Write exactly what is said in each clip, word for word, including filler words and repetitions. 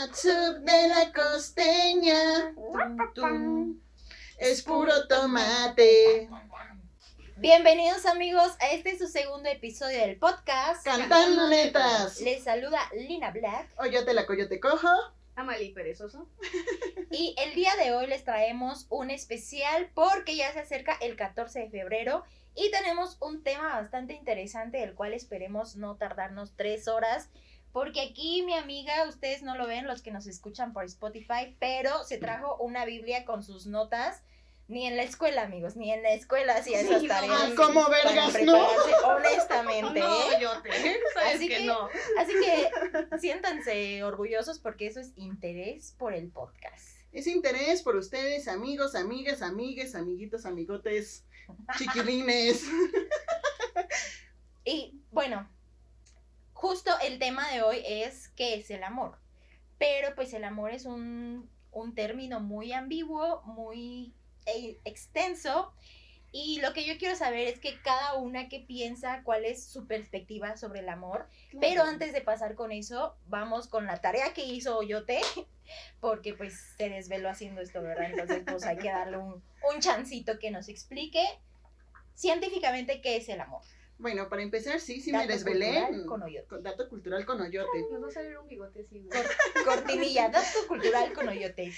catsup de la costeña. Tum, tum. Es puro tomate. Bienvenidos amigos a este su segundo episodio del podcast Cantando Netas. Les saluda Lina Black. Oyote la coyote cojo. Amalí Perezoso. Y el día de hoy les traemos un especial porque ya se acerca el catorce de febrero y tenemos un tema bastante interesante del cual esperemos no tardarnos tres horas. Porque aquí mi amiga, ustedes no lo ven, los que nos escuchan por Spotify, pero se trajo una Biblia con sus notas. Ni en la escuela, amigos, ni en la escuela hacía esas Sí, tareas. Ah, ¿cómo vergas no? Honestamente, No, ¿eh? yo te. Sabes Así que, que, no. así que siéntanse orgullosos porque eso es interés por el podcast. Es interés por ustedes, amigos, amigas, amigues, amiguitos, amigotes, chiquilines. Y bueno, justo el tema de hoy es ¿qué es el amor? Pero pues el amor es un, un término muy ambiguo, muy e- extenso. Y lo que yo quiero saber es que cada una que piensa cuál es su perspectiva sobre el amor. Claro. Pero antes de pasar con eso, vamos con la tarea que hizo Oyote, porque pues se desveló haciendo esto, ¿verdad? Entonces pues hay que darle un, un chancito que nos explique científicamente qué es el amor. Bueno, para empezar, sí, sí Dato me desvelé. cultural con Oyote. Con- Dato cultural con Oyote. Nos va a salir un bigote así, güey. Cor- cortinilla, dato cultural con Oyote.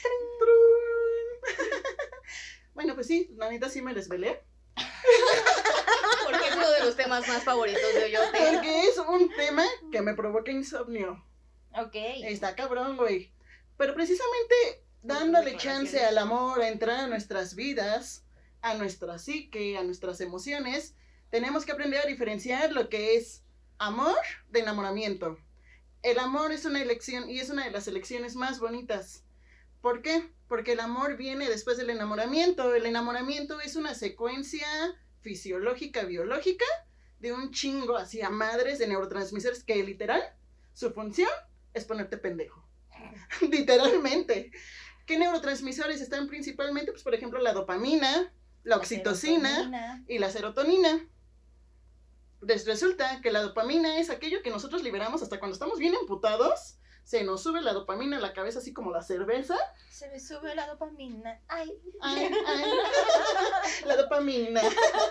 Bueno, pues sí, la neta sí me desvelé. Porque es uno de los temas más favoritos de Oyote. Porque es un tema que me provoca insomnio. Ok. Está cabrón, güey. Pero precisamente dándole chance al amor a entrar a nuestras vidas, a nuestra psique, a nuestras emociones, tenemos que aprender a diferenciar lo que es amor de enamoramiento. El amor es una elección y es una de las elecciones más bonitas. ¿Por qué? Porque el amor viene después del enamoramiento. El enamoramiento es una secuencia fisiológica, biológica, de un chingo así a madres de neurotransmisores que literal, su función es ponerte pendejo. Literalmente. ¿Qué neurotransmisores están principalmente? Pues por ejemplo la dopamina, la oxitocina serotonina. y la serotonina. Les resulta que la dopamina es aquello que nosotros liberamos hasta cuando estamos bien emputados. Se nos sube la dopamina a la cabeza así como la cerveza. Se me sube la dopamina. Ay. Ay, ay, la dopamina.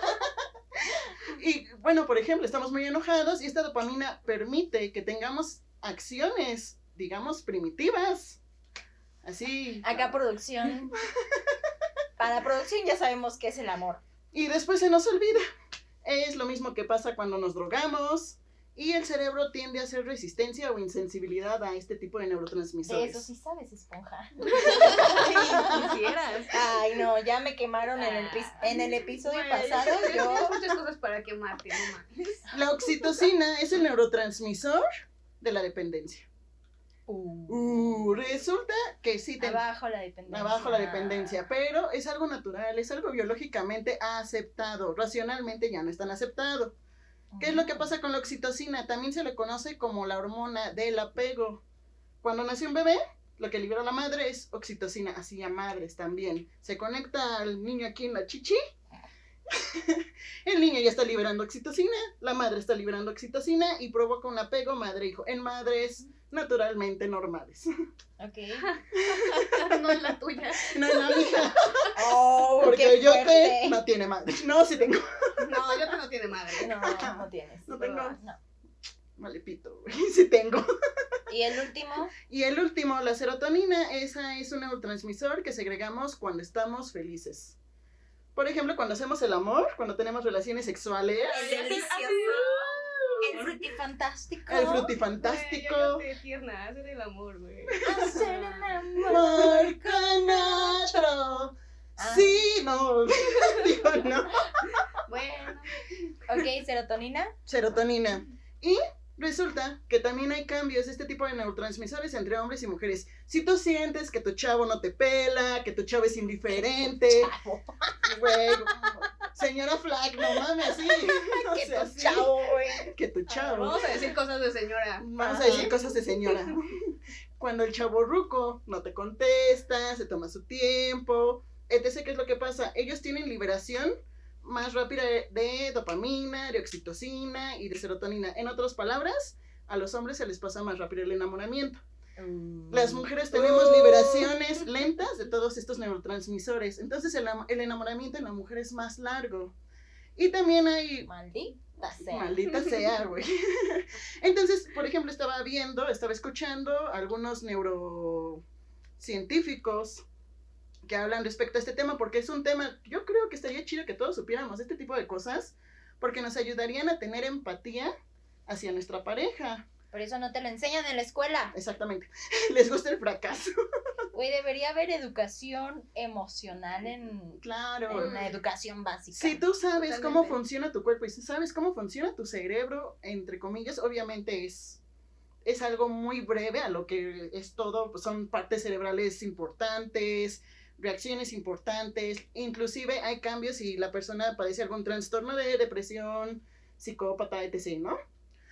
Y bueno, por ejemplo, estamos muy enojados y esta dopamina permite que tengamos acciones, digamos, primitivas. Así. Acá producción. Para producción ya sabemos qué es el amor. Y después se nos olvida. Es lo mismo que pasa cuando nos drogamos y el cerebro tiende a hacer resistencia o insensibilidad a este tipo de De neurotransmisores. eso sí sabes, esponja. Quisieras. Ay, no, ya me quemaron en el, pis- en el episodio Bueno, pasado. Tienes Yo. muchas cosas para quemarte, no mames. La oxitocina es el neurotransmisor de la dependencia. Uh, Uh, resulta que sí te... abajo la dependencia. Abajo la dependencia, pero es algo natural, es algo biológicamente aceptado, racionalmente ya no es tan aceptado. ¿Qué es lo que pasa con la oxitocina? También se le conoce como la hormona del apego. Cuando nace un bebé, lo que libera la madre es oxitocina, así a madres también. Se conecta al niño aquí en la chichi, el niño ya está liberando oxitocina, la madre está liberando oxitocina y provoca un apego madre-hijo en madres naturalmente normales. Ok. No es la tuya. No, no, hija. Oh, Porque qué yo te fuerte. no tiene madre. No, sí tengo. No, Oyote no tiene madre. No, no tienes. No tengo. No. Vale, pito, güey. Sí tengo. Y el último. Y el último, la serotonina, esa es un neurotransmisor que segregamos cuando estamos felices. Por ejemplo, cuando hacemos el amor, cuando tenemos relaciones sexuales. El delicioso. El frutifantástico. El frutifantástico. Güey, Oyote, tierna, hacer el amor, güey. Hacer el amor. Amor con otro. Ah. Sí, no. Digo, no. Bueno. Ok, serotonina. Serotonina. Y resulta que también hay cambios de este tipo de neurotransmisores entre hombres y mujeres. Si tú sientes que tu chavo no te pela, que tu chavo es indiferente, Chavo. güey, señora Flack, no mames, sí. O Que sea, tu sí. chavo, güey. Que tu chavo. Vamos a decir cosas de señora. Vamos a Ajá. decir cosas de señora. Cuando el chavo ruco no te contesta, se toma su tiempo, etcétera. ¿Qué es lo que pasa? Ellos tienen liberación más rápida de, de dopamina, de oxitocina y de serotonina. En otras palabras, a los hombres se les pasa más rápido el enamoramiento. Las mujeres tenemos liberaciones lentas de todos estos neurotransmisores. Entonces el, el enamoramiento en la mujer es más largo. Y también hay... Maldita sea. Maldita sea, güey. Entonces, por ejemplo, estaba viendo, estaba escuchando algunos neurocientíficos que hablan respecto a este tema, porque es un tema, yo creo que estaría chido que todos supiéramos este tipo de cosas, porque nos ayudarían a tener empatía hacia nuestra pareja. Por eso no te lo enseñan en la escuela. Exactamente. Les gusta el fracaso. Güey, debería haber educación emocional en, claro. en la educación básica. Si tú sabes Totalmente. cómo funciona tu cuerpo y si sabes cómo funciona tu cerebro, entre comillas, obviamente es, es algo muy breve a lo que es todo, pues son partes cerebrales importantes, reacciones importantes, inclusive hay cambios si la persona padece algún trastorno de depresión, psicópata, etcétera, ¿no?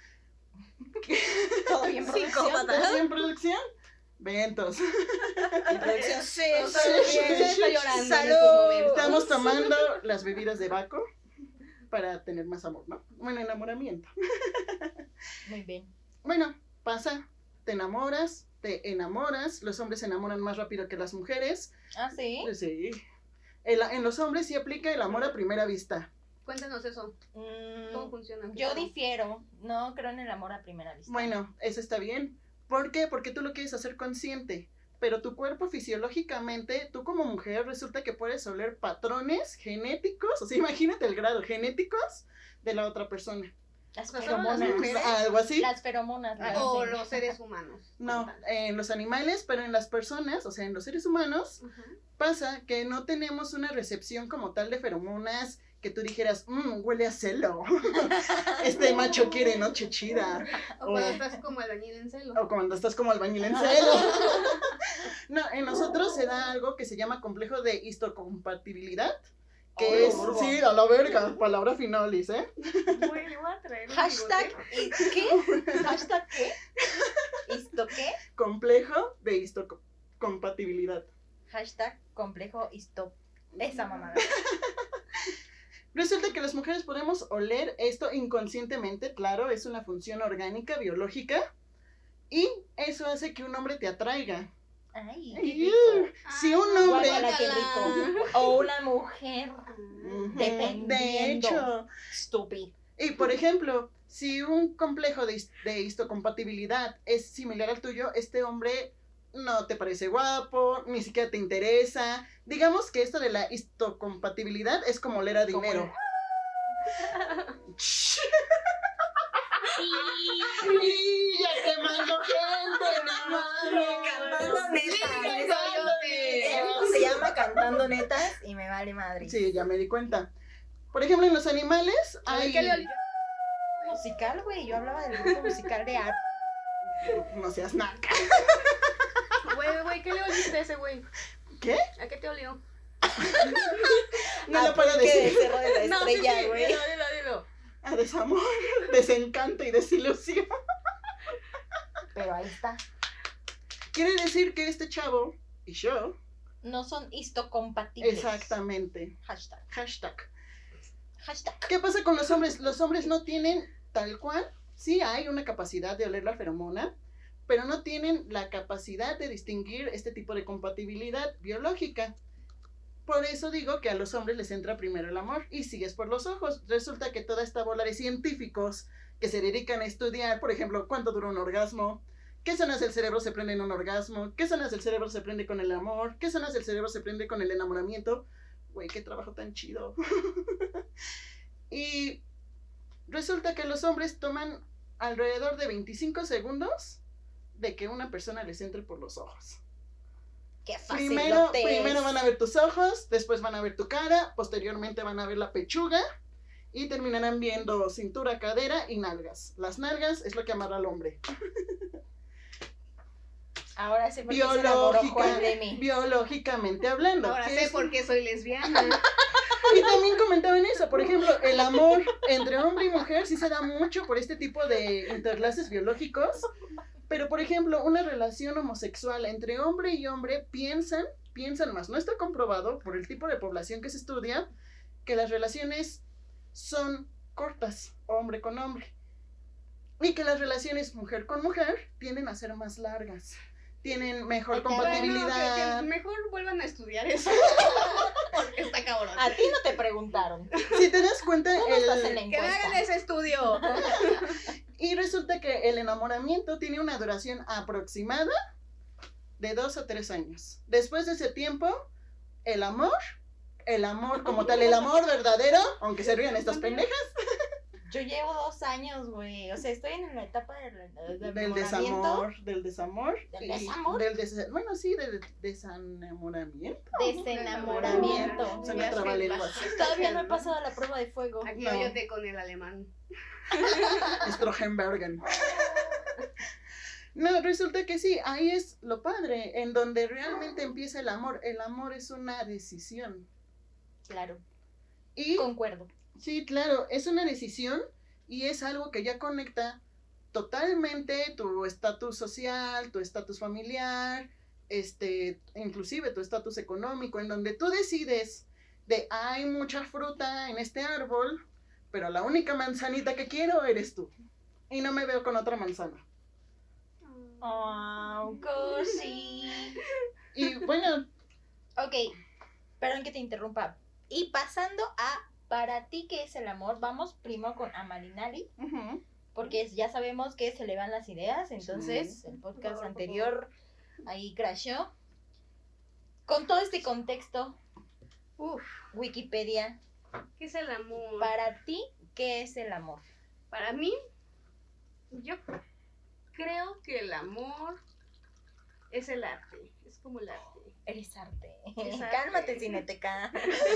Todo bien producción. Psicópata. ¿Estás en producción? Ventos. En producción, sí, Totalmente. Está llorando en Salud. estos momentos. Estamos tomando las bebidas de Baco para tener más amor, ¿no? Bueno, enamoramiento. Muy bien. Bueno, pasa, te enamoras, te enamoras, los hombres se enamoran más rápido que las mujeres. Ah, sí. Pues sí. El- en los hombres sí aplica el amor a primera vista. Cuéntanos eso. Mm, ¿Cómo funciona? yo difiero. No creo en el amor a primera vista. Bueno, eso está bien. ¿Por qué? Porque tú lo quieres hacer consciente. Pero tu cuerpo fisiológicamente, tú como mujer, resulta que puedes oler patrones genéticos, o sea, imagínate el grado, genéticos de la otra persona. Las ¿No son las feromonas. mujeres? Algo así. Las feromonas. las O dicen. los seres humanos. No, en los animales, pero en las personas, o sea, en los seres humanos, Ajá. pasa que no tenemos una recepción como tal de feromonas que tú dijeras, mmm, huele a celo. Este macho quiere noche chida. O cuando estás como albañil en celo. O cuando estás como albañil en celo. No, en nosotros se da algo que se llama complejo de histocompatibilidad, que Oh, es, burro. sí, a la verga, palabra finalis, ¿eh? Güey, le voy a traer un Hashtag, bigote. ¿y qué? Hashtag, ¿qué? ¿Esto qué? Complejo de histocompatibilidad. Hashtag complejo stop. Esa mamada. Resulta que las mujeres podemos oler esto inconscientemente, claro, es una función orgánica, biológica, y eso hace que un hombre te atraiga. Ay. Ay, rico. Si un hombre... Guácala, qué rico. O una mujer. Ujú, Dependiendo. De hecho, Estúpido. y por ejemplo, si un complejo de, his- de histocompatibilidad es similar al tuyo, este hombre no te parece guapo, ni siquiera te interesa. Digamos que esto de la histocompatibilidad es como oler a Como dinero. Ya quemando gente, no mames. Cantando netas. Coyote. Esto se llama cantando netas y me vale madre. Sí, ya me di cuenta. Por ejemplo, en los animales A ver, hay... ¿qué le olió? Musical, güey. Yo hablaba del grupo musical de arte. No seas naca. Güey, güey, ¿qué le oliste a ese güey? ¿Qué? ¿A qué te olió? No lo puedo que de decir. Cerro de la No, sí, Estrella, sí, güey. dilo, dilo, dilo. A desamor, desencanto y desilusión. Pero ahí está. Quiere decir que este chavo y yo... No son histocompatibles. Exactamente. Hashtag. Hashtag. Hashtag. ¿Qué pasa con los hombres? Los hombres no tienen tal cual, sí hay una capacidad de oler la feromona, pero no tienen la capacidad de distinguir este tipo de compatibilidad biológica. Por eso digo que a los hombres les entra primero el amor y sigues por los ojos. Resulta que toda esta bola de científicos que se dedican a estudiar, por ejemplo, cuánto dura un orgasmo, qué zonas del cerebro se prende en un orgasmo, qué zonas del cerebro se prende con el amor, qué zonas del cerebro se prende con el enamoramiento. Güey, qué trabajo tan chido. Y resulta que los hombres toman alrededor de veinticinco segundos de que una persona les entre por los ojos. Qué fácil. Primero, primero van a ver tus ojos, después van a ver tu cara, posteriormente van a ver la pechuga y terminarán viendo cintura, cadera y nalgas. Las nalgas es lo que amarra al hombre. Ahora sé por qué se enamoró Biológica, Juan de mí. biológicamente hablando. Ahora que sé es- por qué soy lesbiana. Y también comentaban eso, por ejemplo, el amor entre hombre y mujer sí se da mucho por este tipo de interlaces biológicos, pero por ejemplo, una relación homosexual entre hombre y hombre piensan, piensan más, no está comprobado por el tipo de población que se estudia, que las relaciones son cortas, hombre con hombre, y que las relaciones mujer con mujer tienden a ser más largas. tienen mejor Ay, qué compatibilidad. Bueno, que, que mejor vuelvan a estudiar eso. Porque está cabrón. A ti no te preguntaron. Si te das cuenta, Tú no el- estás en la Que me hagan encuesta. ese estudio. y resulta que el enamoramiento tiene una duración aproximada de dos a tres años. Después de ese tiempo, el amor, el amor como tal, el amor verdadero, aunque se rían estas pendejas, Yo llevo dos años, güey. O sea, estoy en la etapa del, del, del enamoramiento. desamor, del desamor. ¿Del y- desamor? Del des- bueno, sí, del desenamoramiento. Desenamoramiento. Se me Ya traba sé, lenguas. vas- Todavía no he pasado la prueba de fuego. Aquí No. óyote con el alemán. Strohenbergen. No, resulta que sí, ahí es lo padre, en donde realmente empieza el amor. El amor es una decisión. Claro, Y concuerdo. sí, claro, es una decisión y es algo que ya conecta totalmente tu estatus social, tu estatus familiar, este, inclusive tu estatus económico, en donde tú decides de hay mucha fruta en este árbol, pero la única manzanita que quiero eres tú. Y no me veo con otra manzana. Oh, cursi. Y bueno, Ok, perdón que te interrumpa. Y pasando a, para ti, ¿qué es el amor? Vamos primero con Amalinali, ujú, porque es- ya sabemos que se le van las ideas, entonces Sí. el podcast anterior ahí crashó. Con todo este contexto, Uf, Wikipedia, ¿qué es el amor? para ti, ¿qué es el amor? Para mí, yo creo que el amor es el arte. Es como el arte. Eres arte. Es arte. Cálmate, Cineteca.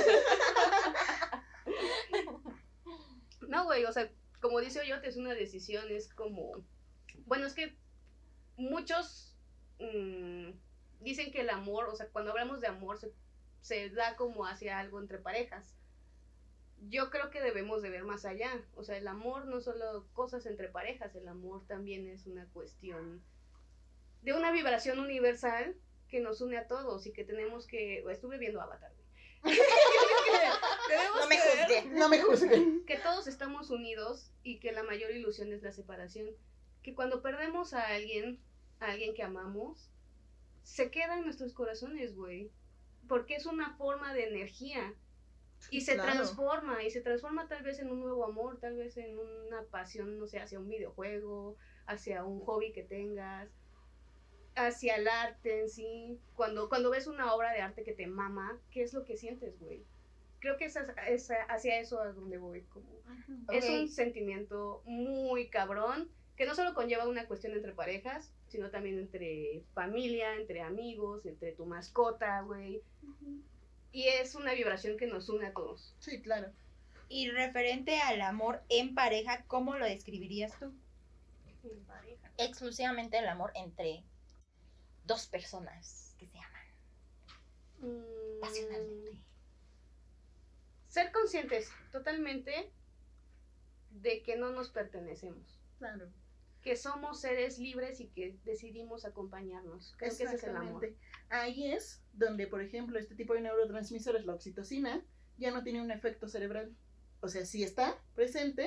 No, güey, o sea, como dice Oyote, es una decisión, es como... Bueno, es que muchos mm, dicen que el amor, o sea, cuando hablamos de amor se, se da como hacia algo entre parejas. Yo creo que debemos de ver más allá. O sea, el amor no solo cosas entre parejas, el amor también es una cuestión de una vibración universal que nos une a todos y que tenemos que... Estuve viendo Avatar, güey. Tenemos No me que ver juzguen. no me juzguen. que todos estamos unidos y que la mayor ilusión es la separación. Que cuando perdemos a alguien, a alguien que amamos, se queda en nuestros corazones, güey. Porque es una forma de energía. Y se Claro. transforma, y se transforma tal vez en un nuevo amor, tal vez en una pasión, no sé, hacia un videojuego, hacia un hobby que tengas, hacia el arte en sí. Cuando, cuando ves una obra de arte que te mama, ¿qué es lo que sientes, güey? Creo que es, es hacia eso a donde voy, como... Es Ok. un sentimiento muy cabrón, que no solo conlleva una cuestión entre parejas, sino también entre familia, entre amigos, entre tu mascota, güey. Y es una vibración que nos une a todos. Sí, claro. Y referente al amor en pareja, ¿cómo lo describirías tú? En pareja. Exclusivamente el amor entre dos personas que se aman Mm, pasionalmente. Ser conscientes totalmente de que no nos pertenecemos. Claro. Que somos seres libres y que decidimos acompañarnos. Creo que ese es el amor. Exactamente. Ahí es donde, por ejemplo, este tipo de neurotransmisores, la oxitocina, ya no tiene un efecto cerebral. O sea, sí está presente,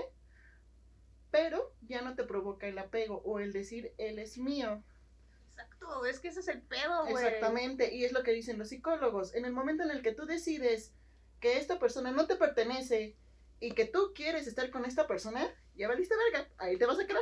pero ya no te provoca el apego o el decir, él es mío. Exacto, es que ese es el pedo, güey. Exactamente, y es lo que dicen los psicólogos. En el momento en el que tú decides que esta persona no te pertenece y que tú quieres estar con esta persona, ya valiste verga, ahí te vas a quedar.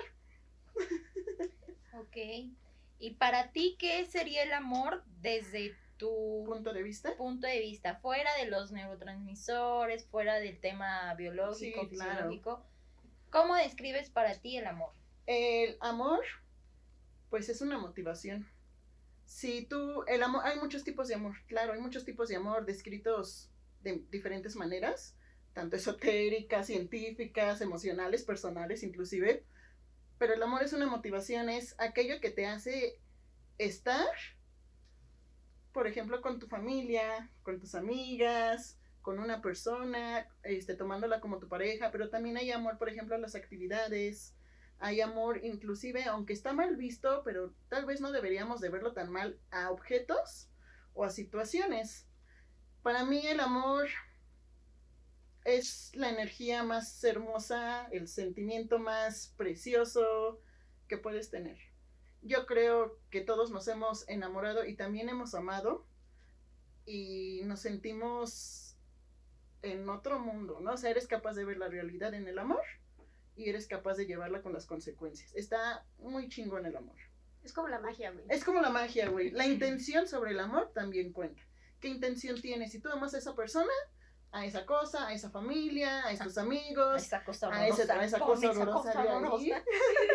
Ok. Y para ti, ¿qué sería el amor desde tu Punto de vista. punto de vista? Fuera de los neurotransmisores, fuera del tema biológico, Sí, claro. fisiológico. ¿Cómo describes para ti el amor? El amor, pues es una motivación. Si tú, el amor, hay muchos tipos de amor, claro, hay muchos tipos de amor descritos de diferentes maneras, tanto esotéricas, científicas, emocionales, personales inclusive, pero el amor es una motivación, es aquello que te hace estar, por ejemplo, con tu familia, con tus amigas, con una persona, este, tomándola como tu pareja, pero también hay amor, por ejemplo, a las actividades, hay amor inclusive, aunque está mal visto, pero tal vez no deberíamos de verlo tan mal, a objetos o a situaciones. Para mí el amor es la energía más hermosa, el sentimiento más precioso que puedes tener. Yo creo que todos nos hemos enamorado y también hemos amado y nos sentimos en otro mundo, ¿no? O sea, eres capaz de ver la realidad en el amor y eres capaz de llevarla con las consecuencias. Está muy chingón el amor. Es como la magia, güey. Es como la magia, güey. La intención sobre el amor también cuenta. ¿Qué intención tienes? Si tú amas a esa persona, a esa cosa, a esa familia, a estos amigos, esa cosa a, ese, a esa cosa esa horrorosa cosa de ahí, horrorosa.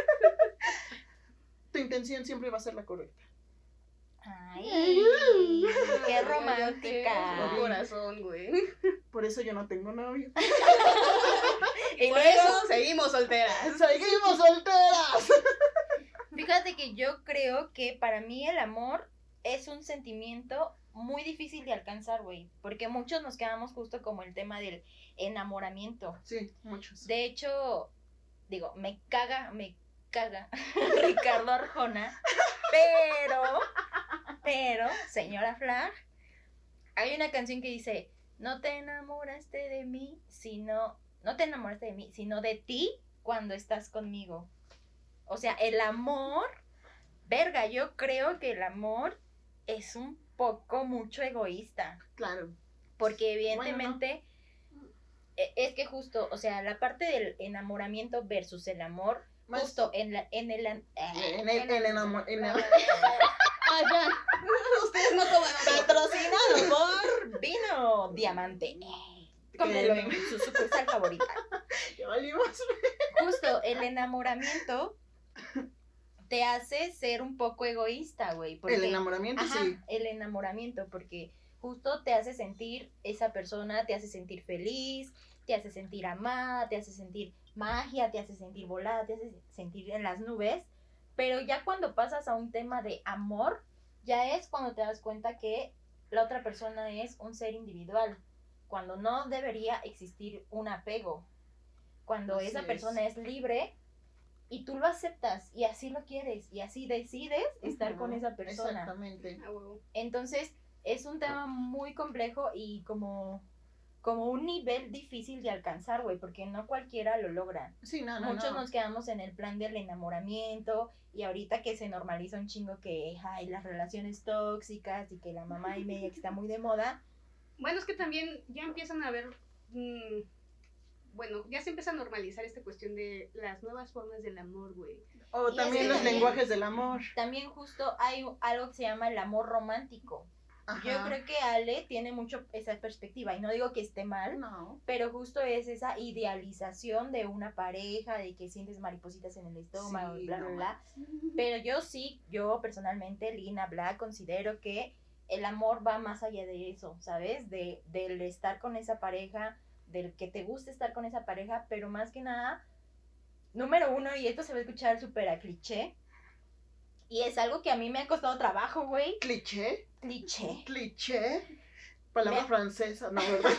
tu intención siempre va a ser la correcta. Ay, qué romántica. Tu corazón, güey. Por eso yo no tengo novio. Y Por luego, eso seguimos solteras. ¡Seguimos solteras! fíjate que yo creo que para mí el amor es un sentimiento muy difícil de alcanzar, güey, porque muchos nos quedamos justo como el tema del enamoramiento. Sí, muchos. De hecho, digo, me caga, me caga Ricardo Arjona, pero, pero, señora Flag, hay una canción que dice, no te enamoraste de mí, sino, no te enamoraste de mí, sino de ti cuando estás conmigo. O sea, el amor, verga, yo creo que el amor es un poco mucho egoísta. Claro. Porque evidentemente, bueno, no. es que justo, o sea, la parte del enamoramiento versus el amor, más justo en, la, en el... Eh, en el... En el amor... En el... Ah, ya. Ustedes no toman. Patrocinado por Vino Diamante. Cómprelo en su sucursal favorita. Ya valimos. Justo, el enamoramiento te hace ser un poco egoísta, güey. El enamoramiento, ajá, sí. El enamoramiento, porque justo te hace sentir esa persona, te hace sentir feliz, te hace sentir amada, te hace sentir magia, te hace sentir volada, te hace sentir en las nubes. Pero ya cuando pasas a un tema de amor, ya es cuando te das cuenta que la otra persona es un ser individual. Cuando no debería existir un apego. Cuando así esa es. persona es libre y tú lo aceptas y así lo quieres y así decides estar uh-huh. con esa persona. Exactamente. Entonces es un tema muy complejo y como, como un nivel difícil de alcanzar, güey, porque no cualquiera lo logra. Sí, no, no, Muchos no. nos quedamos en el plan del enamoramiento y ahorita que se normaliza un chingo que hay las relaciones tóxicas y que la mamá y media que está muy de moda. Bueno, es que también ya empiezan a ver, mmm, bueno, ya se empieza a normalizar esta cuestión de las nuevas formas del amor, güey. O y también es los también, lenguajes del amor. También justo hay algo que se llama el amor romántico. Ajá. Yo creo que Ale tiene mucho esa perspectiva y no digo que esté mal, no. pero justo es esa idealización de una pareja, de que sientes maripositas en el estómago, sí, bla, bla, no. bla. Pero yo sí, yo personalmente, Lina Black, considero que el amor va más allá de eso, ¿sabes? De, del estar con esa pareja, del que te guste estar con esa pareja, pero más que nada, número uno, y esto se va a escuchar súper a cliché, y es algo que a mí me ha costado trabajo, güey. ¿Cliché? Cliché. ¿Cliché? Palabra me... francesa, no, ¿verdad?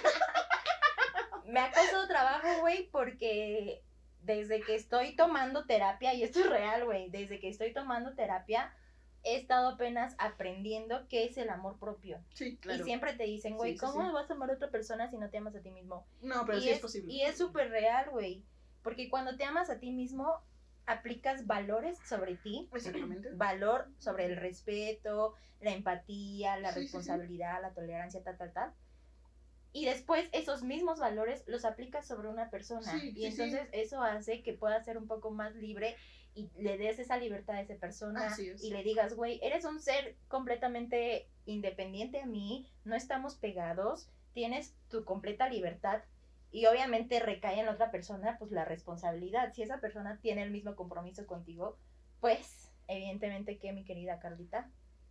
Me ha costado trabajo, güey, porque desde que estoy tomando terapia, y esto es real, güey, desde que estoy tomando terapia, he estado apenas aprendiendo qué es el amor propio. Sí, claro. Y siempre te dicen, güey, sí, sí, ¿cómo sí. vas a amar a otra persona si no te amas a ti mismo? No, pero y sí es, es posible. Y es súper real, güey, porque cuando te amas a ti mismo, aplicas valores sobre ti. Exactamente. Valor sobre el respeto, la empatía, la sí, responsabilidad, sí, sí. la tolerancia, tal, tal, tal. Y después esos mismos valores los aplicas sobre una persona. Sí, y sí, entonces sí. eso hace que puedas ser un poco más libre y le des esa libertad a esa persona y le digas, güey, eres un ser completamente independiente a mí, no estamos pegados, tienes tu completa libertad y obviamente recae en la otra persona pues la responsabilidad. Si esa persona tiene el mismo compromiso contigo, pues evidentemente que mi querida Carlita,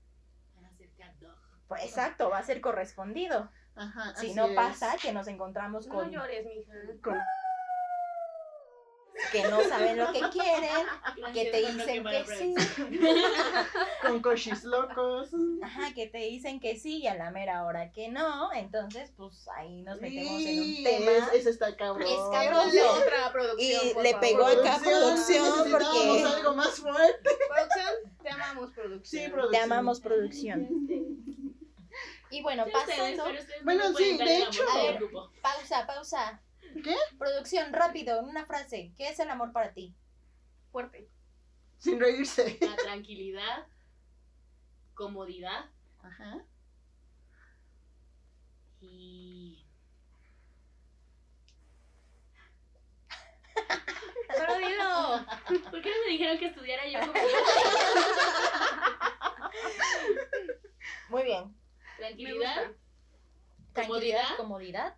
pues exacto, va a ser correspondido. Ajá, si así no es. Pasa que nos encontramos con... No llores, mija. Con... que no saben lo que quieren, que te dicen que sí. Con cochis locos. Ajá, que te dicen que sí y a la mera hora que no, entonces pues ahí nos metemos sí, en un tema. Es, eso está cabrón. Es cabrón. Otra producción, y por le favor. pegó acá producción necesitamos porque... algo más fuerte. Producción, te amamos, producción. Sí, producción. Te amamos, producción. Y bueno, Sí, pasando... ustedes, pero ustedes Bueno, no pueden sí, dar de el amor hecho. por A el ver, grupo. pausa, pausa. ¿Qué? Producción, rápido, en una frase. ¿Qué es el amor para ti? Fuerte. Sin reírse. La tranquilidad, comodidad Ajá. y... Solo dilo. ¿Por qué no me dijeron que estudiara yo como Muy bien. tranquilidad, Tranquilidad, comodidad comodidad.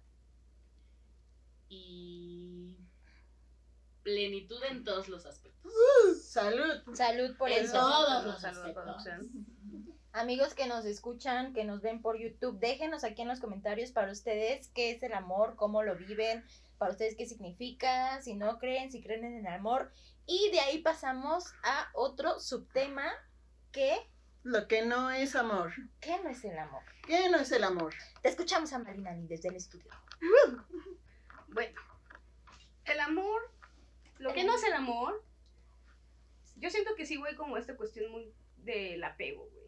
y plenitud en todos los aspectos? Salud. Salud por En eso. todos los Saludos, aspectos. producción. Amigos que nos escuchan, que nos ven por YouTube, déjenos aquí en los comentarios para ustedes qué es el amor, cómo lo viven, para ustedes qué significa, si no creen, si creen en el amor. Y de ahí pasamos a otro subtema que, Lo que no es amor. ¿qué no es el amor? ¿Qué no es el amor? Te escuchamos a Marinani desde el estudio. Bueno, el amor, lo que no es el amor, yo siento que sí voy como a esta cuestión muy del apego, güey.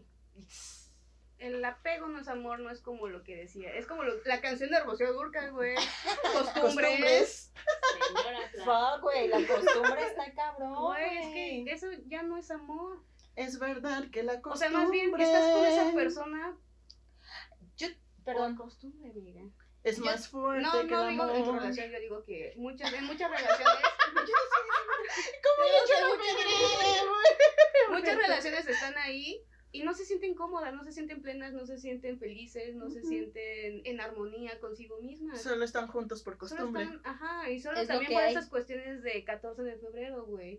El apego no es amor, no es como lo que decía, es como lo- la canción de Rocío Dúrcal, güey. Costumbres. Costumbres. Señora Fla- Fuck, güey, la costumbre está cabrón. Güey, es que eso ya no es amor. Es verdad que la costumbre... O sea, más bien que estás con esa persona Perdón. por costumbre, amiga. Es Yo- más fuerte No, que no el digo amor. en tu relación, yo digo que muchas, en muchas relaciones, ¿Cómo Digo yo que no muchas- pedré, güey? muchas relaciones están ahí y no se sienten cómodas, no se sienten plenas, no se sienten felices, no se Ujú. sienten en armonía consigo mismas. Solo están juntos por Solo costumbre. están, ajá, y solo Es lo también que por hay. estas cuestiones de catorce de febrero, güey.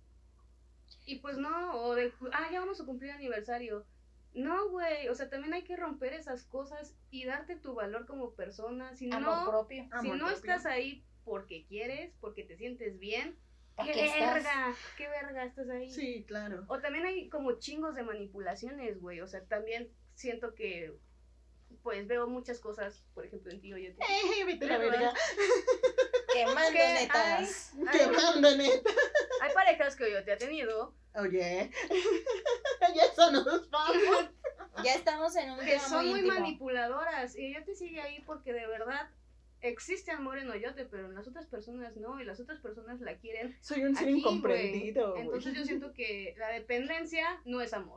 Y pues no, o de, ah, ya vamos a cumplir aniversario. No, güey, o sea, también hay que romper esas cosas y darte tu valor como persona. Si Amor no, propio. si Amor no propio. estás ahí porque quieres, porque te sientes bien, ¿Para qué qué estás? verga, qué verga estás ahí. Sí, claro. O también hay como chingos de manipulaciones, güey. O sea, también siento que, pues veo muchas cosas, por ejemplo, en ti o yo. te- Eh, vete a la verga. Quemando que netas. hay, Te hay, manda, neta. hay parejas que yo te ha tenido Oye. Ya eso nos vamos. Ya estamos en un que tema son muy muy íntimo. manipuladoras y Oyote sigue ahí porque de verdad existe amor en Oyote, pero en las otras personas no, y las otras personas la quieren Soy un ser aquí, incomprendido, güey. güey. Entonces yo siento que la dependencia no es amor.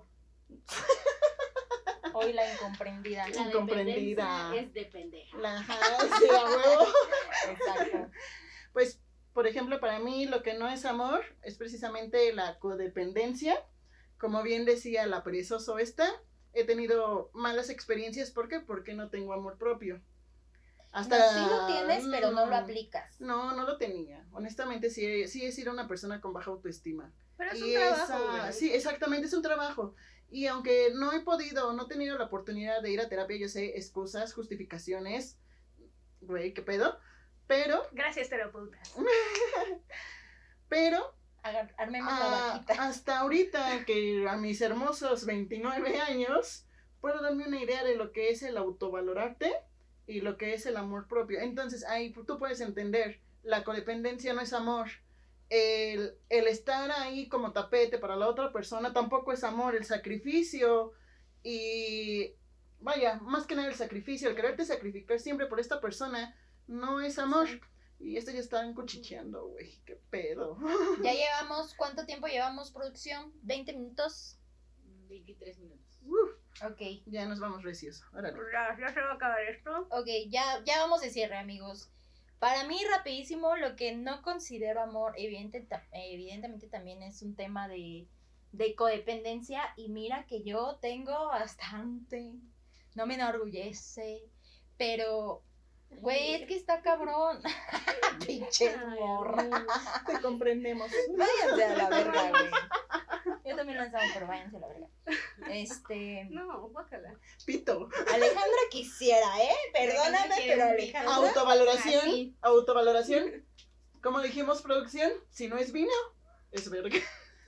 Hoy la incomprendida. La Incomprendida. dependencia es de pendeja. La ajá, sí, a huevo. Exacto. Pues, por ejemplo, para mí lo que no es amor es precisamente la codependencia. Como bien decía la perezoso esta, he tenido malas experiencias. ¿Por qué? Porque no tengo amor propio. Hasta... No, sí lo tienes, pero no lo Mm, aplicas. No, no lo tenía. Honestamente, sí, sí he sido una persona con baja autoestima. Pero es Y un trabajo, esa- güey. sí, exactamente, es un trabajo. Y aunque no he podido, no he tenido la oportunidad de ir a terapia, yo sé, excusas, justificaciones, güey, qué pedo, pero, Gracias, terapeutas. pero, Agar- Armemos la ah, vaquita. hasta ahorita que a mis hermosos veintinueve años, puedo darme una idea de lo que es el autovalorarte y lo que es el amor propio. Entonces, ahí tú puedes entender, la codependencia no es amor. El, el estar ahí como tapete para la otra persona tampoco es amor, el sacrificio y vaya, más que nada el sacrificio, el quererte sacrificar siempre por esta persona no es amor. Y esto ya están cuchicheando, güey, qué pedo. Ya llevamos, ¿cuánto tiempo llevamos producción? ¿veinte minutos? veintitrés minutos. Uf, Ok. ya nos vamos recios, órale. Ya, ya se va a acabar esto. Ok, ya, ya vamos de cierre, amigos. Para mí, rapidísimo, lo que no considero amor, evidente, ta- evidentemente también es un tema de, de codependencia. Y mira que yo tengo bastante, no me enorgullece, pero, güey, es que está cabrón. Pinches morra. Te comprendemos. Váyanse a la verga, güey. Yo también lanzaba, pero váyanse a la verga. Este, No, guácala. Pito. Alejandra quisiera, ¿eh? Perdóname, pero Alejandra. Autovaloración, Así. autovaloración. Como dijimos, producción, si no es vino, es verga.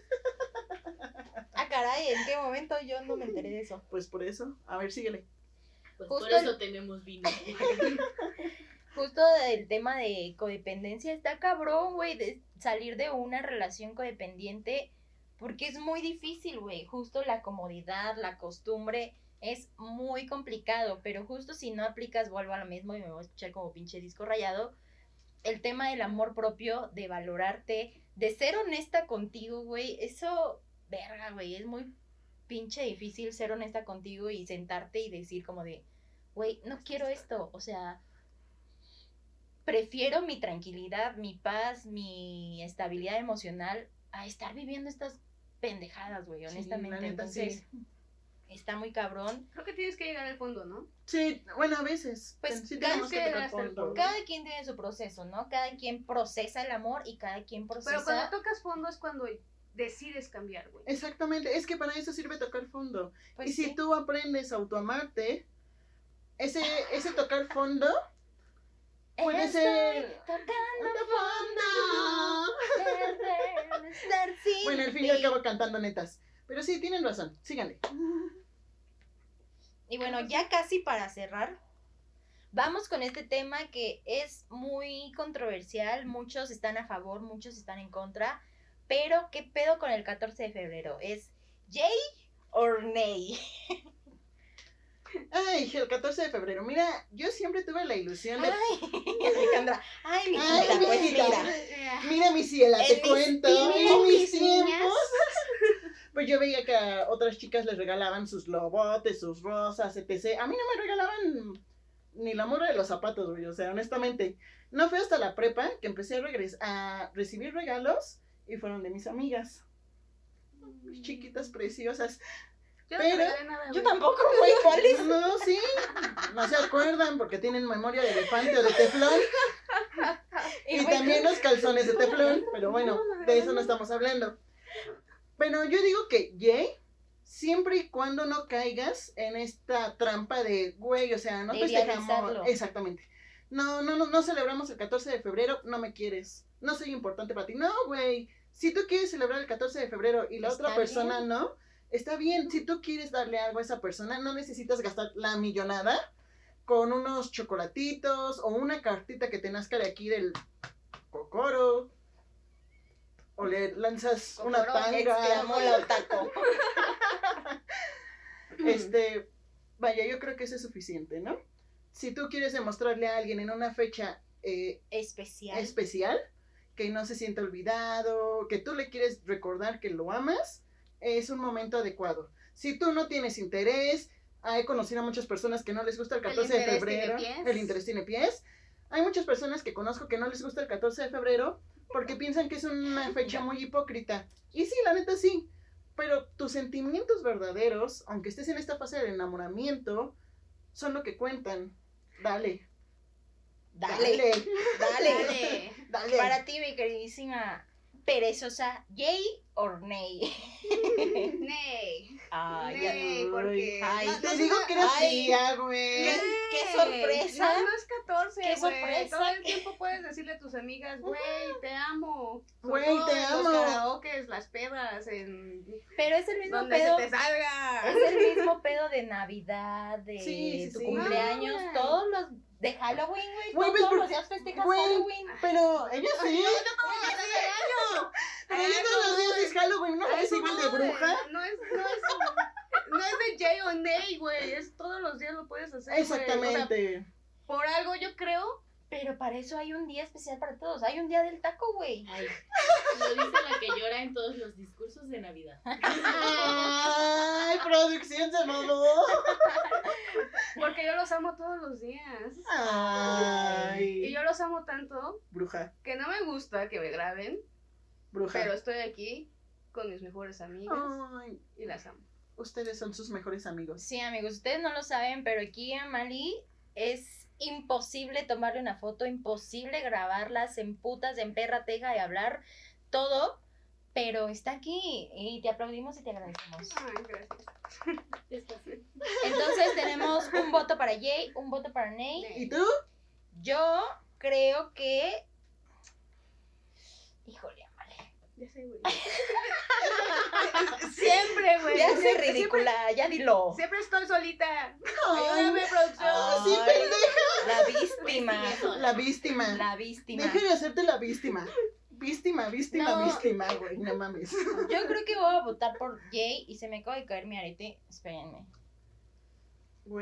Ah, caray, ¿en qué momento yo no me enteré de eso? Pues por eso, a ver, síguele. Pues Justo por eso tenemos vino. Justo el tema de codependencia está cabrón, güey, de salir de una relación codependiente, porque es muy difícil, güey. Justo la comodidad, la costumbre, es muy complicado, pero justo si no aplicas, vuelvo a lo mismo y me voy a escuchar como pinche disco rayado, el tema del amor propio, de valorarte, de ser honesta contigo, güey, eso, verga, güey, es muy pinche difícil ser honesta contigo y sentarte y decir como de, güey, no quiero esto, o sea, prefiero mi tranquilidad, mi paz, mi estabilidad emocional a estar viviendo estas pendejadas, güey, honestamente. la neta, Entonces, sí. está muy cabrón. Creo que tienes que llegar al fondo, ¿no? Sí, bueno, a veces. Pues, sí cada tenemos que que tocar hasta el fondo. fondo. Cada quien tiene su proceso, ¿no? Cada quien procesa el amor y cada quien procesa... Pero cuando tocas fondo es cuando decides cambiar, güey. Exactamente, es que para eso sirve tocar fondo. Pues y si sí. tú aprendes a autoamarte, ese, ese tocar fondo puede Estoy ser... tocando fondo. fondo, estar sin Bueno, al fin y ti. al cabo cantando netas. Pero sí, tienen razón, síganle. Y bueno, ya casi para cerrar, vamos con este tema que es muy controversial. Muchos están a favor, muchos están en contra. Pero, ¿qué pedo con el catorce de febrero? ¿Es yay or nay? Ay, el catorce de febrero. Mira, yo siempre tuve la ilusión de... Ay, Alejandra. Ay, mi Ay, hijita, pues mijita. mira. Mira, mi ciela, En te mis cuento. tiempos, En mis mis niñas. tiempos. Pues yo veía que a otras chicas les regalaban sus globotes, sus rosas, etcétera. A mí no me regalaban ni la mora de los zapatos, güey. O sea, honestamente. No fue hasta la prepa que empecé a, regres a recibir regalos y fueron de mis amigas. Mis chiquitas preciosas. Yo no Pero- te regalé nada, Yo güey. tampoco, güey, ¿cuál es? No, sí. No se acuerdan porque tienen memoria de elefante o de teflón. Y güey, también los calzones de teflón, pero bueno, de eso no estamos hablando. Bueno, yo digo que, Jay, siempre y cuando no caigas en esta trampa de, güey, o sea, no De festejamos. idealizarlo. Exactamente. No, no, no, no celebramos el catorce de febrero, no me quieres. No soy importante para ti. No, güey. Si tú quieres celebrar el catorce de febrero y la Está otra persona bien. no, está bien. Si tú quieres darle algo a esa persona, no necesitas gastar la millonada con unos chocolatitos o una cartita que te nazca de aquí del cocoro. O le lanzas una Cocoro, tanga. exclamó la otaku. Este, vaya, yo creo que eso es suficiente, ¿no? Si tú quieres demostrarle a alguien en una fecha eh, Especial. especial, que no se sienta olvidado, que tú le quieres recordar que lo amas, es un momento adecuado. Si tú no tienes interés, he conocido a muchas personas que no les gusta el catorce de interés tiene febrero, pies. el interés tiene pies. Hay muchas personas que conozco que no les gusta el catorce de febrero porque piensan que es una fecha muy hipócrita. Y sí, la neta sí. Pero tus sentimientos verdaderos, aunque estés en esta fase del enamoramiento, son lo que cuentan. Dale. Dale, Dale. dale. Dale. Dale. Para ti, mi queridísima perezosa, yay or nay. Ney. Ay, ya- Ney, porque... Ay, no- te no es digo una- que eres ay. fría, güey. ¿Qué? qué sorpresa. No, no es catorce, Qué güey. sorpresa. Todo el tiempo puedes decirle a tus amigas, güey, te amo. Sobre Güey, todo te en amo. Los karaokes, las pedas, en Pero es el mismo donde pedo. se te salga. Es el mismo pedo de Navidad, de Sí, sí, tu sí. cumpleaños, No, güey. todos los de Halloween, güey. Güey, to- pues, todos por- los días festejas güey, Halloween. Pero ella sí. Yo todos los días de año. Pero ella todos los días es Halloween, ¿no? A Es eso igual de voy. bruja. No es, no es, no es de Jay o Ney, güey. Es todos los días lo puedes hacer, güey. O sea, Exactamente. por algo yo creo. Pero para eso hay un día especial para todos. Hay un día del taco, güey. Ay, lo dice la que llora en todos los discursos de Navidad. Ay, producción se mamó. Porque yo los amo todos los días. Y Ay. yo los amo tanto Bruja, que no me gusta que me graben. bruja. Pero estoy aquí con mis mejores amigas Ay, y las amo. ustedes son sus mejores amigos. Sí, amigos, ustedes no lo saben, pero aquí a Mali es imposible tomarle una foto, imposible grabarla, se emputa, se emperra, teja y hablar todo, pero está aquí y te aplaudimos y te agradecemos. Ay, gracias. Despacio. Entonces tenemos un voto para Jay, un voto para Ney. ¿Y tú? Yo creo que... Híjole, Amale. Ya sé, güey. Siempre, güey. Ya se Siempre- ridícula, ya dilo. Siempre, siempre estoy solita. Ay, Ayúdame, producción. Ay, sí, pendeja. La víctima. La víctima. La víctima. Deja de hacerte la víctima. Víctima, víctima, No. víctima, güey. No mames. Yo creo que voy a votar por Jay y se me acaba de caer mi arete. Espérenme. Güey.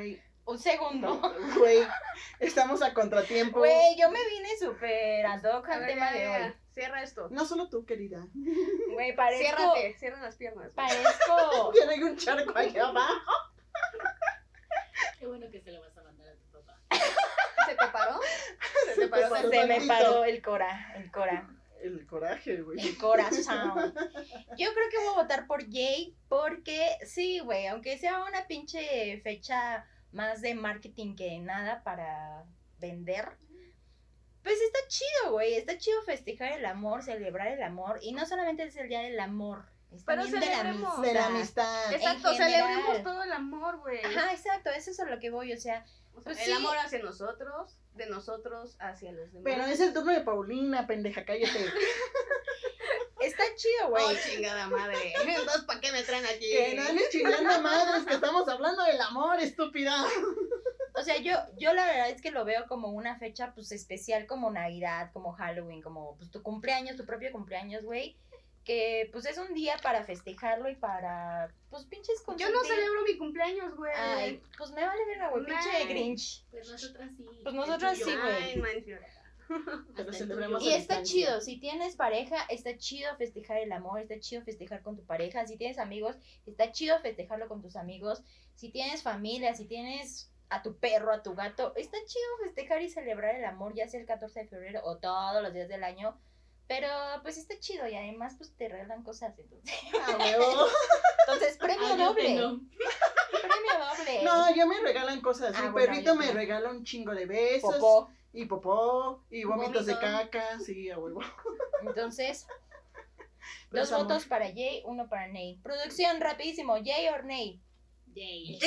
Un segundo. Güey, estamos a contratiempo. Güey, yo me vine súper ad hoc A al ver, tema ya, de ya, hoy. ya. Cierra esto. No solo tú, querida. Güey, parezco... Ciérrate, cierra las piernas. Parezco... Tiene un charco allá abajo. Qué bueno que se lo vas a mandar a tu papá. ¿Se te paró? Se te Se paró. paró. Se me tantito. paró el cora, el cora. El coraje, güey. El corazón. Yo creo que voy a votar por Jay porque sí, güey, aunque sea una pinche fecha más de marketing que nada para vender, pues está chido, güey, está chido festejar el amor, celebrar el amor y no solamente es el día del amor, es Pero también de la celebremos. amistad. De la amistad. Exacto, en general. celebremos todo el amor, güey. Ajá, exacto, eso es a lo que voy, o sea, O sea, pues el sí. amor hacia nosotros, de nosotros hacia los demás. Pero es el turno de Paulina, pendeja, cállate. está chido, güey. Oh, chingada madre. Entonces, ¿para qué me traen aquí? Que no andes chingando madres, que estamos hablando del amor, estúpida. O sea, yo, yo la verdad es que lo veo como una fecha, pues, especial como Navidad, como Halloween, como, pues, tu cumpleaños, tu propio cumpleaños, güey. Que, pues, es un día para festejarlo y para, pues, pinches Yo consentir. no celebro mi cumpleaños, güey. Ay, pues, me vale verga, güey, pinche Ay. Grinch. Pues nosotras sí. Pues nosotras El sí, tuyo. güey. Ay, man, Pero Hasta el celebremos tuyo. Y a está distancia. chido, si tienes pareja, está chido festejar el amor, está chido festejar con tu pareja, si tienes amigos, está chido festejarlo con tus amigos, si tienes familia, si tienes a tu perro, a tu gato, está chido festejar y celebrar el amor, ya sea el catorce de febrero o todos los días del año, pero pues está chido y además pues te regalan cosas, entonces, Ah, huevo. entonces premio Ah, yo doble, tengo. premio doble. No, yo me regalan cosas. Ah, Un bueno, perrito yo me no. regala un chingo de besos. Popó. Y popó. Y vómitos de Vómito. caca. Sí, a huevo. Entonces, Pero dos es amor. votos para Jay, uno para Ney. Producción, rapidísimo, Jay o Ney. Yay.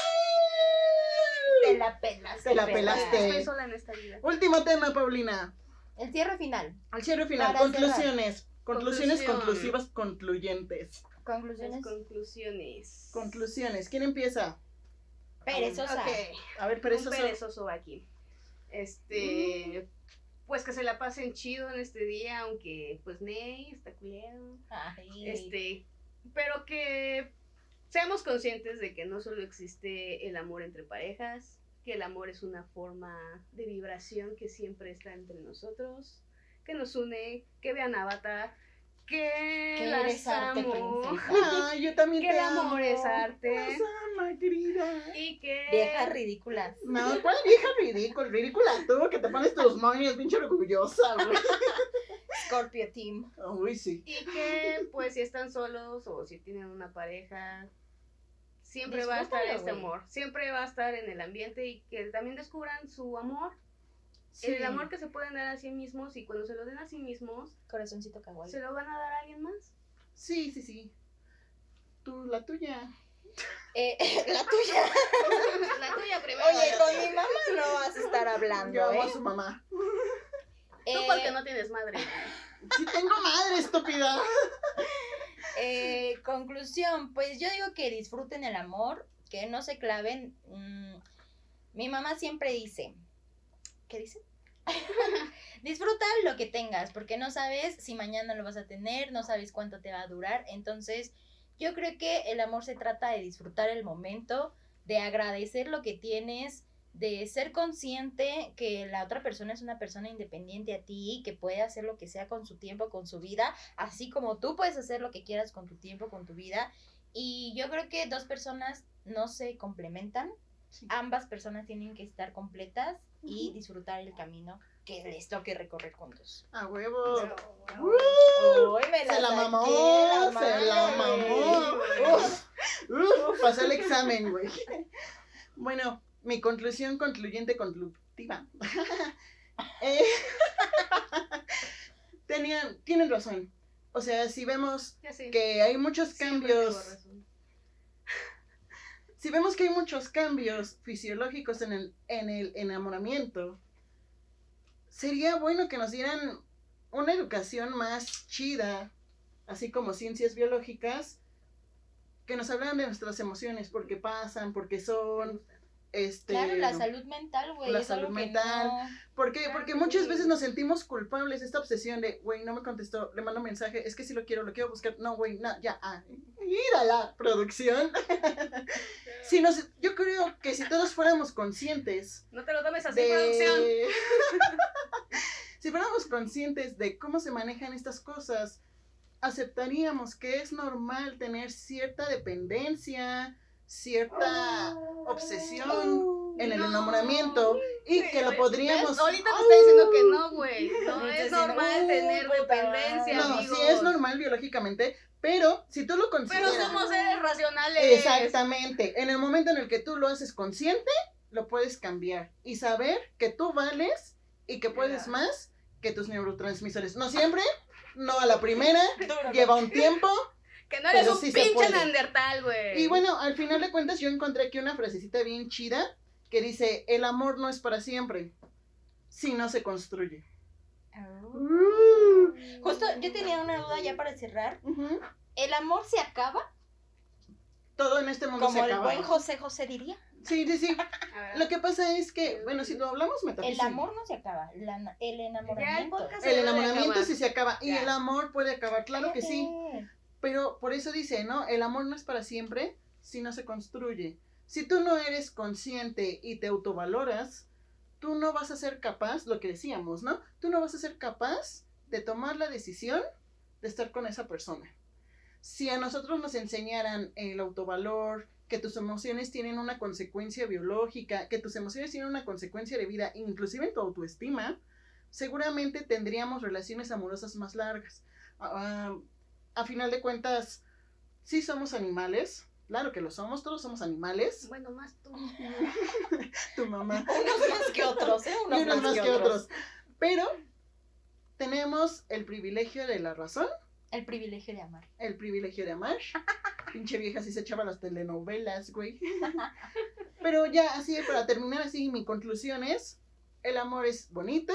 Te la pelas. Te la perra. pelaste. Estoy sola en esta vida. Último tema, Paulina. El cierre final. Al cierre final. Para Conclusiones. Conclusiones Conclusión. conclusivas concluyentes. Las Conclusiones. conclusiones. Conclusiones. ¿Quién empieza? Perezosa. Ok. A ver, Un perezoso. perezoso va aquí. Este. Pues que se la pasen chido en este día, aunque pues Ney está culero. Ay. Este. Pero que seamos conscientes de que no solo existe el amor entre parejas, que el amor es una forma de vibración que siempre está entre nosotros, que nos une, que vean Avatar, que Que las eres arte, amo, princesa. Ay, yo también que te el amo. amor es arte Las ama, querida. y que Viejas ridículas. No, ¿cuál vieja ridícula? Ridícula tú, que te pones tus moños, pinche orgullosa, güey. Scorpio Team. Uy, sí. y que pues si están solos o si tienen una pareja, siempre va a estar Disfrútalo, este güey. amor, siempre va a estar en el ambiente y que también descubran su amor, Sí. el amor que se pueden dar a sí mismos y cuando se lo den a sí mismos, Corazoncito kawaii. se lo van a dar a alguien más. Sí, sí, sí. Tú, la tuya. Eh, la tuya. La tuya primero. Oye, con mi mamá no vas a estar hablando, Yo amo ¿eh? a su mamá. Tú Eh, porque no tienes madre. Sí tengo madre, estúpida. eh, conclusión, pues yo digo que disfruten el amor, que no se claven. Mm, mi mamá siempre dice, ¿qué dice? Disfruta lo que tengas, porque no sabes si mañana lo vas a tener, no sabes cuánto te va a durar. Entonces, yo creo que el amor se trata de disfrutar el momento, de agradecer lo que tienes, de ser consciente que la otra persona es una persona independiente a ti, que puede hacer lo que sea con su tiempo, con su vida, así como tú puedes hacer lo que quieras con tu tiempo, con tu vida. Y yo creo que dos personas no se complementan. Sí. Ambas personas tienen que estar completas y Ujú. disfrutar el camino que les toque recorrer juntos. A huevo. Uy, me Se la saqué mamó, la se la madre, mamó. güey. Uf, uf, pasó el examen, güey. Bueno, mi conclusión concluyente conclusiva. Eh, tenían, tienen razón. O sea, si vemos Ya sé. que hay muchos Siempre tengo cambios, razón. si vemos que hay muchos cambios fisiológicos en el, en el enamoramiento, sería bueno que nos dieran una educación más chida, así como ciencias biológicas, que nos hablaran de nuestras emociones, por qué pasan, por qué son, Este, Claro, la salud mental, güey. la es salud algo que mental. no- ¿Por qué? Claro Porque que muchas sí. veces nos sentimos culpables, esta obsesión de, güey, no me contestó, le mando mensaje, es que sí lo quiero, lo quiero buscar. No, güey, no, ya, ah, mira la producción. Si nos, yo creo que si todos fuéramos conscientes No te lo tomes así, producción. de... si fuéramos conscientes de cómo se manejan estas cosas, aceptaríamos que es normal tener cierta dependencia, cierta obsesión en el No. enamoramiento y que lo podríamos... ¿Ves? Ahorita te está diciendo que no, güey. No Ahorita es diciendo, normal "Uy, tener puta dependencia, No, amigos. sí es normal biológicamente, pero si tú lo Pero consideras... somos seres racionales. Exactamente. En el momento en el que tú lo haces consciente, lo puedes cambiar y saber que tú vales y que puedes Ya. más que tus neurotransmisores. No siempre, no a la primera, Duro, lleva un tiempo. Que no eres Pero un sí se pinche puede. neandertal, güey. Y bueno, al final de cuentas yo encontré aquí una frasecita bien chida que dice, el amor no es para siempre, si no se construye. Uh. Justo, yo tenía una duda ya para cerrar. Ujú. ¿El amor se acaba? Todo en este mundo Como se el acaba. buen José José diría. Sí, sí, sí. A ver. Lo que pasa es que, bueno, si lo hablamos El metafísico. amor no se acaba, la- el enamoramiento. podcast El se debe de enamoramiento acabar. sí se acaba y Ya. el amor puede acabar, claro que sí, Cállate. pero por eso dice, ¿no? El amor no es para siempre si no se construye. Si tú no eres consciente y te autovaloras, tú no vas a ser capaz, lo que decíamos, ¿no? Tú no vas a ser capaz de tomar la decisión de estar con esa persona. Si a nosotros nos enseñaran el autovalor, que tus emociones tienen una consecuencia biológica, que tus emociones tienen una consecuencia de vida, inclusive en tu autoestima, seguramente tendríamos relaciones amorosas más largas. Ah, a final de cuentas, sí somos animales, claro que lo somos, todos somos animales. Bueno, más tú. Tu mamá. Unos más que otros, ¿eh? Y unos más que otros. Pero tenemos el privilegio de la razón, El privilegio de amar. el privilegio de amar. Pinche vieja así se echaba las telenovelas, güey. Pero ya, así, para terminar así, mi conclusión es, el amor es bonito,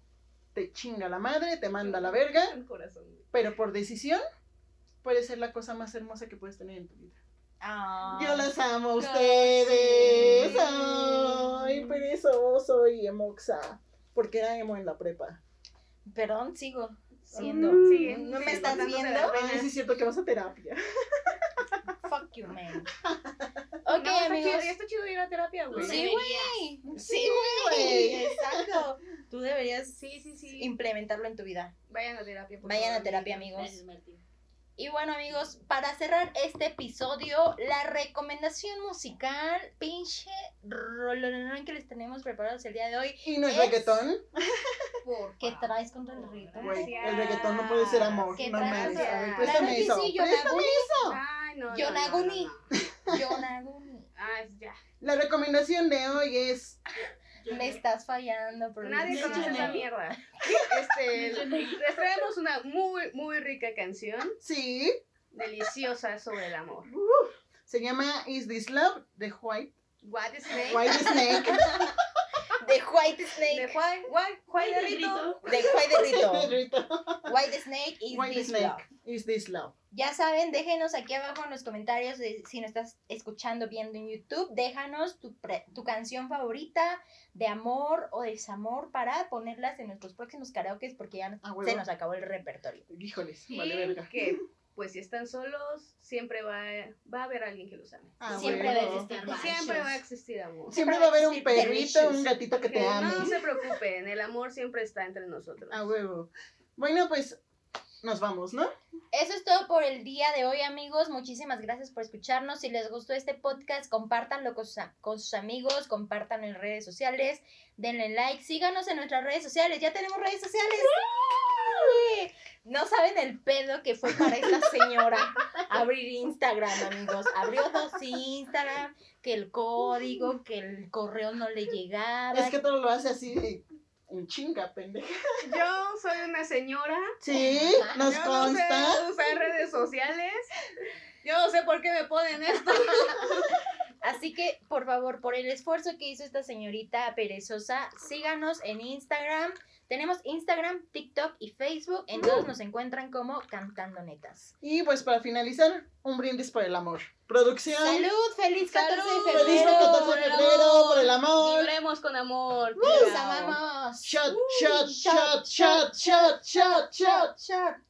te chinga la madre, te manda a la verga, El corazón. pero por decisión, puede ser la cosa más hermosa que puedes tener en tu vida. Ah, Yo las amo a casi. ustedes. Ay, perezoso y emoxa. Porque era emo en la prepa. Perdón, sigo siendo. Mm. Sí, ¿No sí, me estás cortándose viendo? la pena. Ay, sí es cierto que vas a terapia. Fuck you, man. Ok, No, está amigos. chido, está chido ir a terapia, güey. Sí, güey. Sí, güey. güey. Exacto. Tú deberías Sí, sí, sí. implementarlo en tu vida. Vayan a terapia, por Vayan a favor, terapia, amigos. amigos. Gracias, Martín. Y bueno, amigos, para cerrar este episodio, la recomendación musical, pinche rolón que les tenemos preparados el día de hoy. Y no es Es- reggaetón. Por ¿Qué favor. traes contra el reggaetón? Güey, Gracias. el reggaetón no puede ser amor. ¿Qué No traes? mames. A ver, Claro préstame que eso. sí, yo me Préstame hago- eso. Ay, no, no, Yonaguni. no, no, no. Yonaguni. Ah, es ya. La recomendación de hoy es... Me estás fallando, pero Nadie conoce esa mierda. Este, les traemos una muy, muy rica canción, Sí. deliciosa sobre el amor. Se llama Is This Love de White. What is name? White Snake. De White De Snake. Juan, Juan, Juan de Rito. De White Rito. Rito. White Snake is White this Snake. love. Is This Love. Ya saben, déjenos aquí abajo en los comentarios de, si nos estás escuchando, viendo en YouTube, déjanos tu, pre- tu canción favorita de amor o desamor para ponerlas en nuestros próximos karaokes porque ya Ah, huevo. se nos acabó el repertorio. Híjoles, Y vale verga. que, pues si están solos, siempre va, va a haber alguien que los ame. Ah, Siempre huevo. va a existir Siempre Siempre va a existir amor. Siempre va a haber un existir perrito, delicious. un gatito que te Que ame. no se preocupen, el amor siempre está entre nosotros. A huevo. Bueno, pues nos vamos, ¿no? Eso es todo por el día de hoy, amigos. Muchísimas gracias por escucharnos. Si les gustó este podcast, compártanlo con sus, a- con sus amigos, compártanlo en redes sociales, denle like, síganos en nuestras redes sociales. Ya tenemos redes sociales. ¡Sí! No saben el pedo que fue para esta señora abrir Instagram, amigos. Abrió dos Instagram, que el código, que el correo no le llegaba. Es que todo lo hace así de- en chinga, pendeja. Yo soy una señora. Sí, nos Yo consta. no sé usar redes sociales. Yo no sé por qué me ponen esto. Así que, por favor, por el esfuerzo que hizo esta señorita perezosa, síganos en Instagram. Tenemos Instagram, TikTok y Facebook. En todos nos encuentran como Cantando Netas. Y pues para finalizar, un brindis por el amor. Producción. ¡Salud! ¡Feliz catorce de ¡Salud! febrero! Feliz catorce de por el febrero. amor. amor. ¡Los Chao. amamos! Shot, Uh, shot, shot, shot, shot, shot, shot. shot.